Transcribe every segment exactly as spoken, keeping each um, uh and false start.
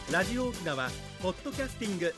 ラジオ沖縄ポッドキャスティング、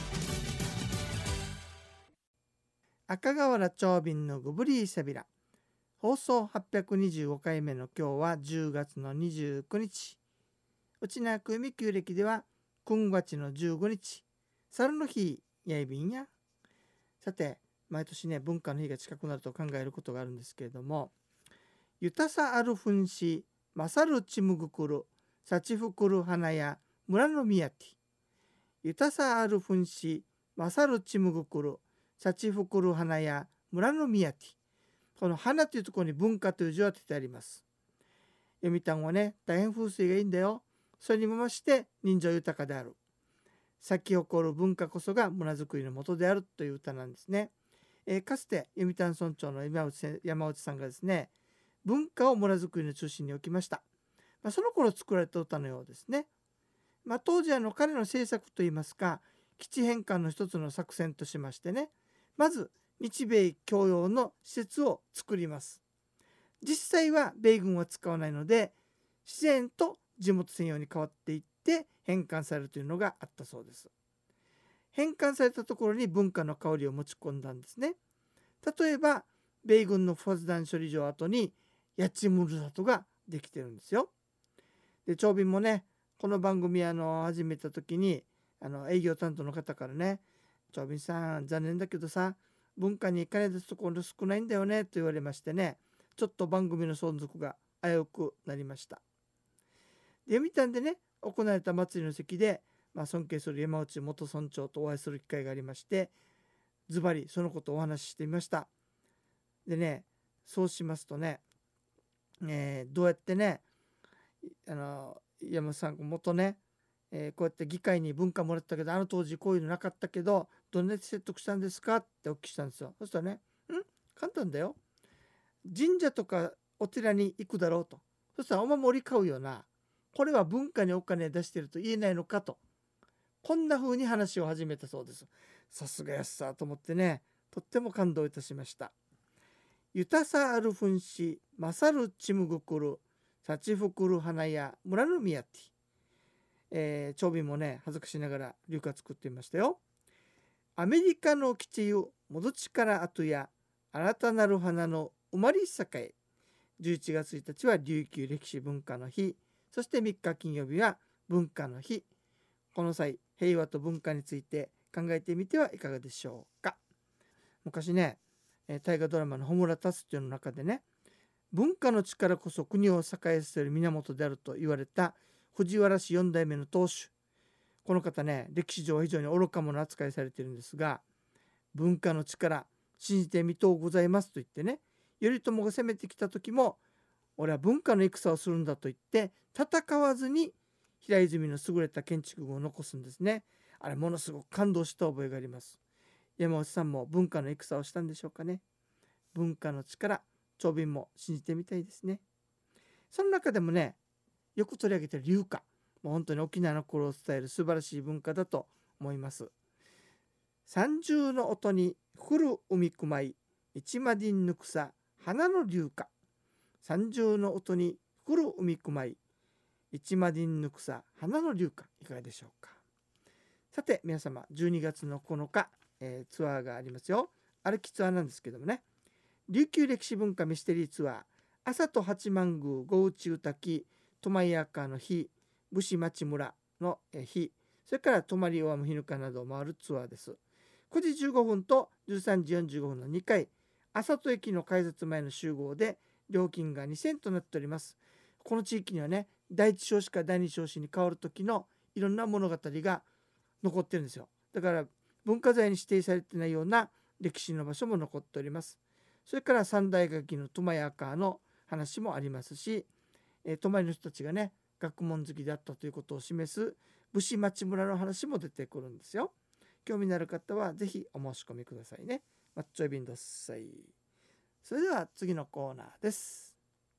赤瓦長瓶のグブリーサビラ、放送はっぴゃくにじゅうごかいめの今日はじゅうがつのにじゅうくにち、うちなくみ旧暦ではくんがちのじゅうごにち、猿の日やいびんや。さて、毎年ね文化の日が近くなると考えることがあるんですけれども、ゆたさあるふんしまさるちむぐくるさちふくる花や村のみやて、ゆたさあるふんしまさるちむぐくるさちふくる花や村のみやて、この花というところに文化という字を当ててあります。読谷はね大変風水がいいんだよ。それにもまして人情豊かである、咲き誇る文化こそが村づくりの元であるという歌なんですね。えー、かつて読谷村長の山内山内さんがですね、文化を村づくりの中心に置きました。まあ、その頃作られた歌のようですね。まあ、当時あの彼の政策といいますか、基地返還の一つの作戦としましてね、まず日米共用の施設を作ります。実際は米軍は使わないので自然と地元専用に変わっていって返還されるというのがあったそうです。返還されたところに文化の香りを持ち込んだんですね。例えば米軍の不発弾処理場跡にやちむる里ができてるんですよ。で長瓶もねこの番組あの始めた時にあの営業担当の方からね、長瓶さん残念だけどさ文化に金出すところ少ないんだよねと言われましてね、ちょっと番組の存続が危うくなりました。で読谷でね行われた祭りの席で、まあ、尊敬する山内元村長とお会いする機会がありまして、ズバリそのことをお話ししてみました。でねそうしますとね、えー、どうやってねあの山内さん元ね、えー、こうやって議会に文化もらったけどあの当時こういうのなかったけどどんな説得したんですかってお聞きしたんですよ。そしたらね、ん簡単だよ、神社とかお寺に行くだろうと、そしたらお守り買うよな、これは文化にお金出してると言えないのかと、こんな風に話を始めたそうです。さすがやっさと思ってね、とっても感動いたしました。ゆたさあるふんしまさるちむぐくるさちふくる花や村のみやて、えー、長瓶もね恥ずかしながら流歌作ってみましたよ。アメリカの基地ゆ戻ちからあとや新たなる花の生まれさかえ、じゅういちがつついたちは琉球歴史文化の日、そしてみっか金曜日は文化の日。この際平和と文化について考えてみてはいかがでしょうか。昔ね大河ドラマの穂村達っていうの中でね、文化の力こそ国を栄えさせる源であると言われた藤原氏よんだいめの当主、この方ね歴史上は非常に愚か者扱いされているんですが、文化の力信じてみとうございますと言ってね、頼朝が攻めてきた時も俺は文化の戦をするんだと言って戦わずに平泉の優れた建築群を残すんですね。あれものすごく感動した覚えがあります。山内さんも文化の戦をしたんでしょうかね。文化の力、長瓶も信じてみたいですね。その中でもねよく取り上げている流歌、もう本当に沖縄の頃を伝える素晴らしい文化だと思います。三重の音に降る海くまい一までんぬくさ花の流歌、三重の音に降る海くまい一までんぬくさ花の流歌、いかがでしょうか。さて皆様じゅうにがつのこのか、えー、ツアーがありますよ。歩きツアーなんですけどもね、琉球歴史文化ミステリーツアー、朝と八幡宮五宇宙滝苫屋川の日武士町村の日、それから泊まり大雨日ぬかなどを回るツアーです。くじじゅうごふんとじゅうさんじよんじゅうごふんのにかい、朝と駅の改札前の集合で料金がにせんえんとなっております。この地域にはね第一少子から第二少子に変わる時のいろんな物語が残ってるんですよ。だから文化財に指定されてないような歴史の場所も残っております。それから三大楽器の苫屋川の話もありますし、えー、泊まりの人たちがね学問好きだったということを示す武士町村の話も出てくるんですよ。興味のある方はぜひお申し込みくださいね。マッチョイビンドッサイ。それでは次のコーナーです。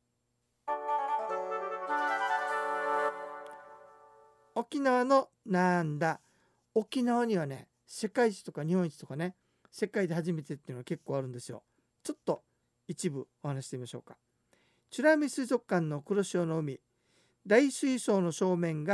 沖縄のなんだ。沖縄にはね世界一とか日本一とかね世界で初めてっていうのが結構あるんですよ。ちょっと一部お話してみましょうか。美ら海水族館の黒潮の海、大水槽の正面が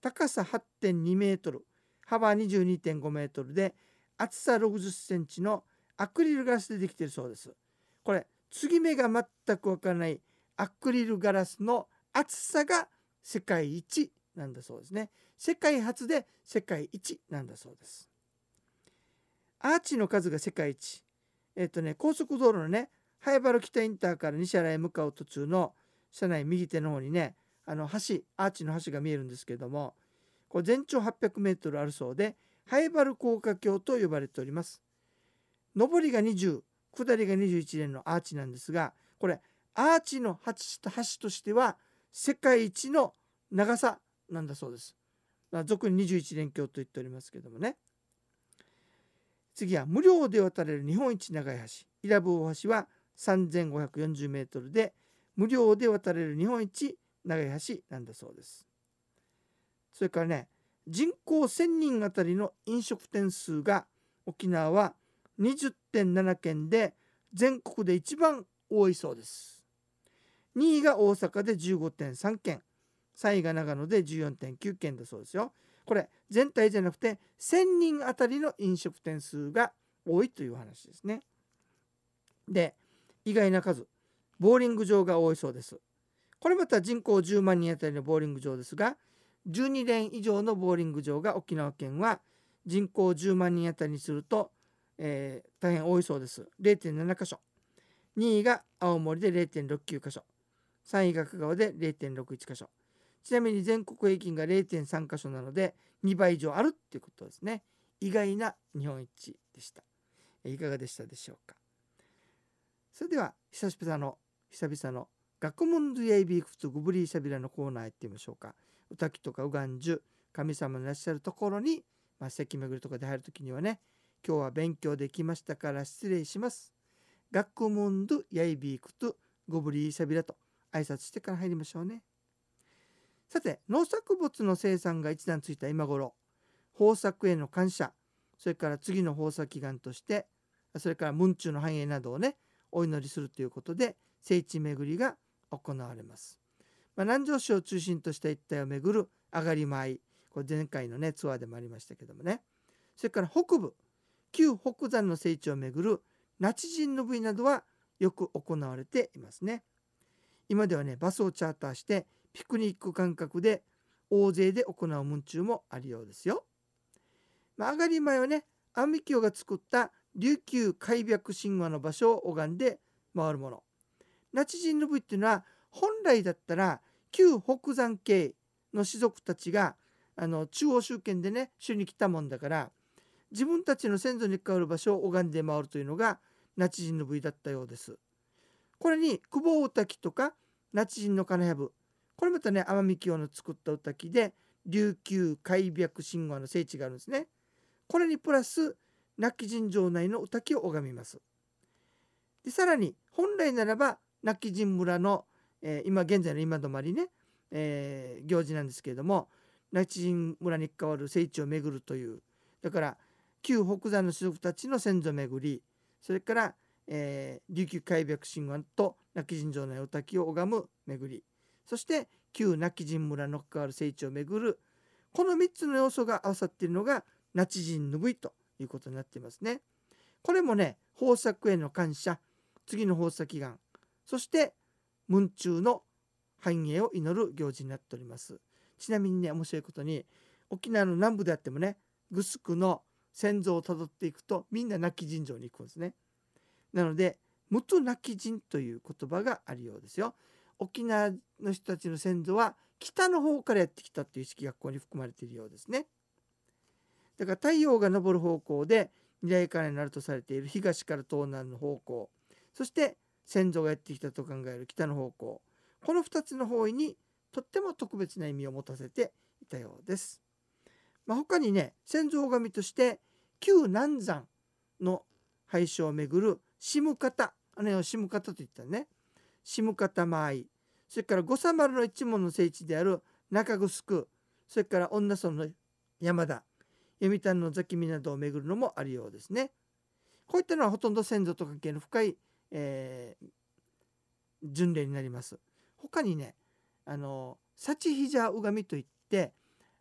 高さ はってんにメートル、幅 にじゅうにてんごメートルで、厚さろくじゅっセンチのアクリルガラスでできているそうです。これ継ぎ目が全くわからないアクリルガラスの厚さが世界一なんだそうですね。世界初で世界一なんだそうです。アーチの数が世界一。えっとね、高速道路のね、早原北インターから西原へ向かう途中の車内右手の方にね、あの橋、アーチの橋が見えるんですけども、これ全長はっぴゃくメートルあるそうで、早原高架橋と呼ばれております。上りがにじゅう、下りがにじゅういちレーンのアーチなんですが、これアーチの橋としては世界一の長さなんだそうです。俗ににじゅういちレーン橋と言っておりますけどもね。次は無料で渡れる日本一長い橋、伊良部大橋はさんぜんごひゃくよんじゅうメートルで、無料で渡れる日本一長い橋なんだそうです。それからね、人口せんにんあたりの飲食店数が沖縄は にじゅってんなな 件で全国で一番多いそうです。にいが大阪で じゅうごてんさん 件、さんいが長野で じゅうよんてんきゅう 件だそうですよ。これ全体じゃなくてせんにんあたりの飲食店数が多いという話ですね。で、意外な数、ボーリング場が多いそうです。これまた人口じゅうまんにんあたりのボーリング場ですが、じゅうにレーン以上のボーリング場が沖縄県は人口じゅうまんにんあたりにすると、えー、大変多いそうです。 れいてんなな 箇所、にいが青森で れいてんろくきゅう 箇所、さんいが香川で れいてんろくいち 箇所、ちなみに全国平均が れいてんさん 箇所なのでにばい以上あるっていうことですね。意外な日本一でした。いかがでしたでしょうか。それでは久々の久々の学問ドゥヤイビークツグブリーシャビラのコーナーへ行ってみましょうか。歌きとかうがんじゅ神様のいらっしゃるところに、まあ、席巡りとかで入るときにはね、今日は勉強できましたから失礼します、学問ドゥヤイビークツグブリーシャビラと挨拶してから入りましょうね。さて、農作物の生産が一段ついた今頃、豊作への感謝、それから次の豊作祈願として、それから文中の繁栄などをねお祈りするということで聖地巡りが行われます。まあ、南城市を中心とした一帯を巡る上がり舞、これ前回のねツアーでもありましたけどもね。それから北部、旧北山の聖地を巡る那智人の部などはよく行われていますね。今ではねバスをチャーターしてピクニック感覚で大勢で行う文中もあるようですよ。まあ、上がり舞はね阿弥陀が作った琉球開闢神話の場所を拝んで回るもの。那智人の部っていうのは本来だったら旧北山系の士族たちがあの中央集権でね主に来たもんだから、自分たちの先祖に関わる場所を拝んで回るというのが那智人の部だったようです。これに久保歌木とか那智人の金藪、これまたね天海清の作った歌木で琉球開闢神話の聖地があるんですね。これにプラス那智人城内の歌木を拝みます。でさらに本来ならば那智人村の、えー、今現在の今止まりね、えー、行事なんですけれども、那智人村に関わる聖地を巡るという、だから旧北山の士族たちの先祖巡り、それから、えー、琉球開闢神話と那智人城内の歌木を拝む巡り、そして旧那智人村の関わる聖地を巡る、このみっつの要素が合わさっているのが那智人ぬぶいということになっていますね。これもね豊作への感謝、次の豊作祈願、そして文中の繁栄を祈る行事になっております。ちなみにね面白いことに沖縄の南部であってもね、グスクの先祖をたどっていくとみんな那智人城に行くんですね。なので無と那智人という言葉があるようですよ。沖縄の人たちの先祖は北の方からやってきたという意識がここに含まれているようですね。だから太陽が昇る方向で未来からになるとされている東から東南の方向、そして先祖がやってきたと考える北の方向、このふたつの方位にとっても特別な意味を持たせていたようです。まあ、他にね先祖拝みとして旧南山の拝所を巡る下方、あの下方といったね下方舞い、それから五三丸の一門の聖地である中城、それから女村の山田、読谷の座君などを巡るのもあるようですね。こういったのはほとんど先祖と関係の深い、えー、巡礼になります。他にねあの幸ひじゃ拝みといって、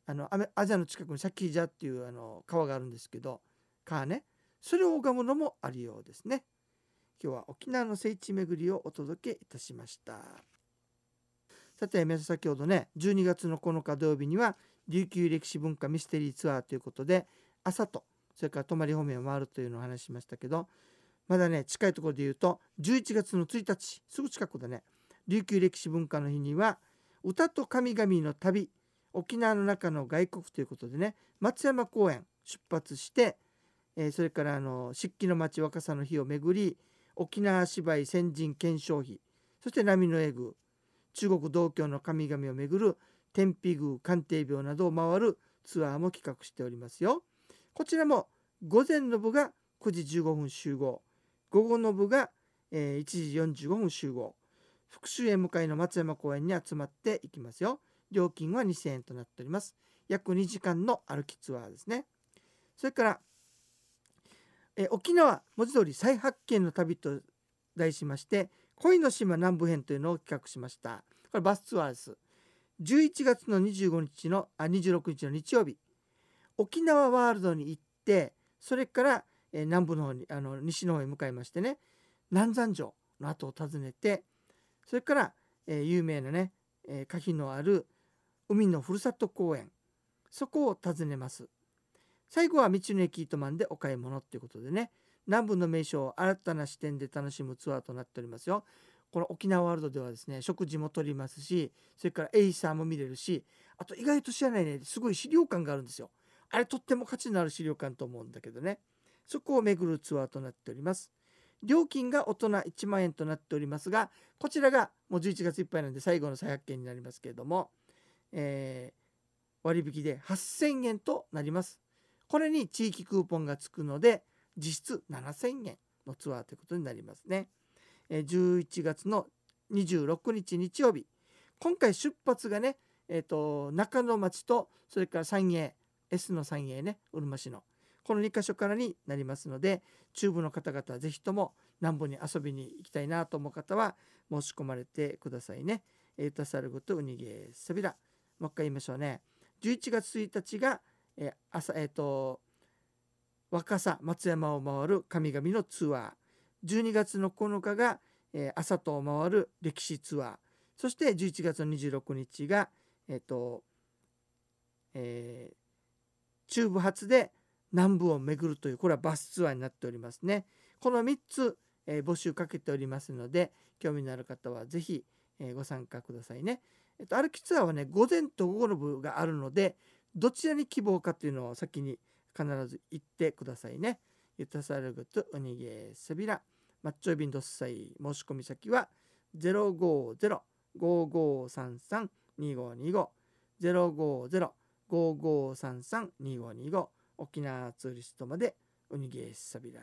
あのアメアジアの近くにシャキージャっていうあの川があるんですけど、川ね、それを拝むのもあるようですね。今日は沖縄の聖地巡りをお届けいたしました。さて皆さん、先ほどねじゅうにがつのこのか土曜日には琉球歴史文化ミステリーツアーということで朝とそれから泊方面を回るというのを話しましたけど、まだね近いところで言うとじゅういちがつのついたち、すぐ近くだね、琉球歴史文化の日には歌と神々の旅沖縄の中の外国ということでね、松山公園出発して、えー、それからあの漆器の町若狭の日を巡り、沖縄芝居先人顕彰碑、そして波の絵宮、中国道教の神々を巡る天日宮鑑定廟などを回るツアーも企画しておりますよ。こちらも午前の部がくじじゅうごふん集合、午後の部が、えー、いちじよんじゅうごふん集合、復習へ向かいの松山公園に集まっていきますよ。料金はにせんえんとなっております。約にじかんの歩きツアーですね。それから、えー、沖縄文字通り再発見の旅と題しまして恋の島南部編というのを企画しました。これバスツアーです。じゅういちがつのにじゅうごにちのあにじゅうろくにちの日曜日、沖縄ワールドに行って、それから、えー、南部の方にあの西の方へ向かいましてね、南山城の跡を訪ねて、それから、えー、有名なね、えー、歌碑のある海のふるさと公園、そこを訪ねます。最後は道の駅糸満でお買い物ということでね、南部の名所を新たな視点で楽しむツアーとなっておりますよ。この沖縄ワールドではですね、食事も取りますし、それからエイサーも見れるし、あと意外と知らないね、すごい資料館があるんですよ。あれとっても価値のある資料館と思うんだけどね、そこを巡るツアーとなっております。料金が大人いちまんえんとなっておりますが、こちらがもうじゅういちがついっぱいなんで最後の再発見になりますけれども、えー、割引ではっせんえんとなります。これに地域クーポンがつくので実質ななせんえんのツアーということになりますね。じゅういちがつのにじゅうろくにち日曜日、今回出発がね、えー、と中野町とそれから三栄 S の三栄ね、うるま市のこのにかしょからになりますので、中部の方々ぜひとも南部に遊びに行きたいなと思う方は申し込まれてくださいね。えー、たさるごとうにげさびら、もう一回言いましょうね。じゅういちがつついたちが、えー朝えっ、ー、と若狭松山を回る神々のツアー、じゅうにがつのこのかが、えー、朝とを回る歴史ツアー、そしてじゅういちがつのにじゅうろくにちが、えーとえー、中部発で南部を巡るという、これはバスツアーになっておりますね。このみっつ、えー、募集かけておりますので、興味のある方はぜひ、えー、ご参加くださいね。えっと、歩きツアーはね午前と午後の部があるので、どちらに希望かというのを先に必ず言ってくださいね。ゆたさるぐとおにげさびら、マッチョビンドッサイ、申し込み先は ゼロごゼロ ごーごーさんさん にーごーにーご ゼロごゼロ ごーごーさんさん にーごーにーご、沖縄ツーリストまでおにげさびら。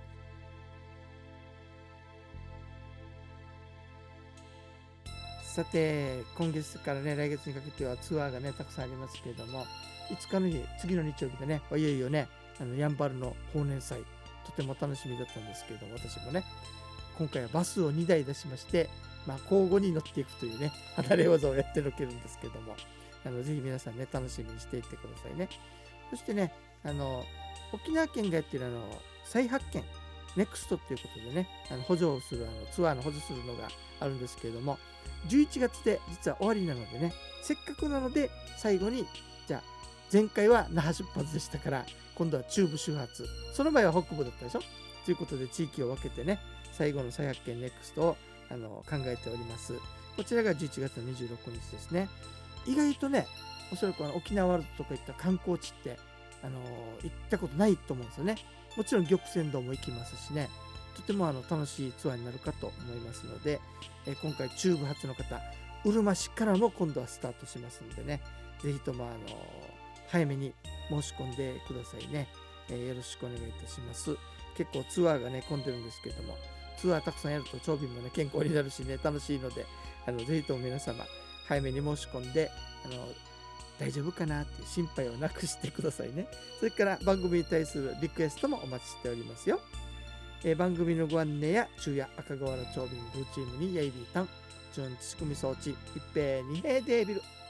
さて今月からね来月にかけてはツアーがねたくさんありますけれども、いつかの日、次の日曜日がねいよいよね、あのやんばるの法年祭、とても楽しみだったんですけれども、私もね今回はバスをにだい出しまして、まあ、交互に乗っていくというね離れ技をやってのけるんですけども、あのぜひ皆さんね楽しみにしていってくださいね。そしてね、あの沖縄県がやってるあの再発見ネクストっていうことでね、あの補助をするあのツアーの補助するのがあるんですけれども、じゅういちがつで実は終わりなのでね、せっかくなので最後に、じゃあ前回は那覇出発でしたから、今度は中部出発、その前は北部だったでしょということで、地域を分けてね最後の再発見ネクストをあの考えております。こちらがじゅういちがつのにじゅうろくにちですね。意外とね、おそらくあの沖縄ワールドとかいった観光地ってあの行ったことないと思うんですよね。もちろん玉泉洞も行きますしね、とてもあの楽しいツアーになるかと思いますので、え今回中部発の方、うるま市からも今度はスタートしますのでね、ぜひともあの早めに申し込んでくださいね。えー、よろしくお願いいたします。結構ツアーがね混んでるんですけども、ツアーたくさんやると長便もね健康になるしね楽しいので、あのぜひとも皆様早めに申し込んで、あの大丈夫かなっていう心配をなくしてくださいね。それから番組に対するリクエストもお待ちしておりますよ。えー、番組のご案内や昼夜赤瓦長便ブーチームにやいびーたん、チュン仕組み装置一平二平デービル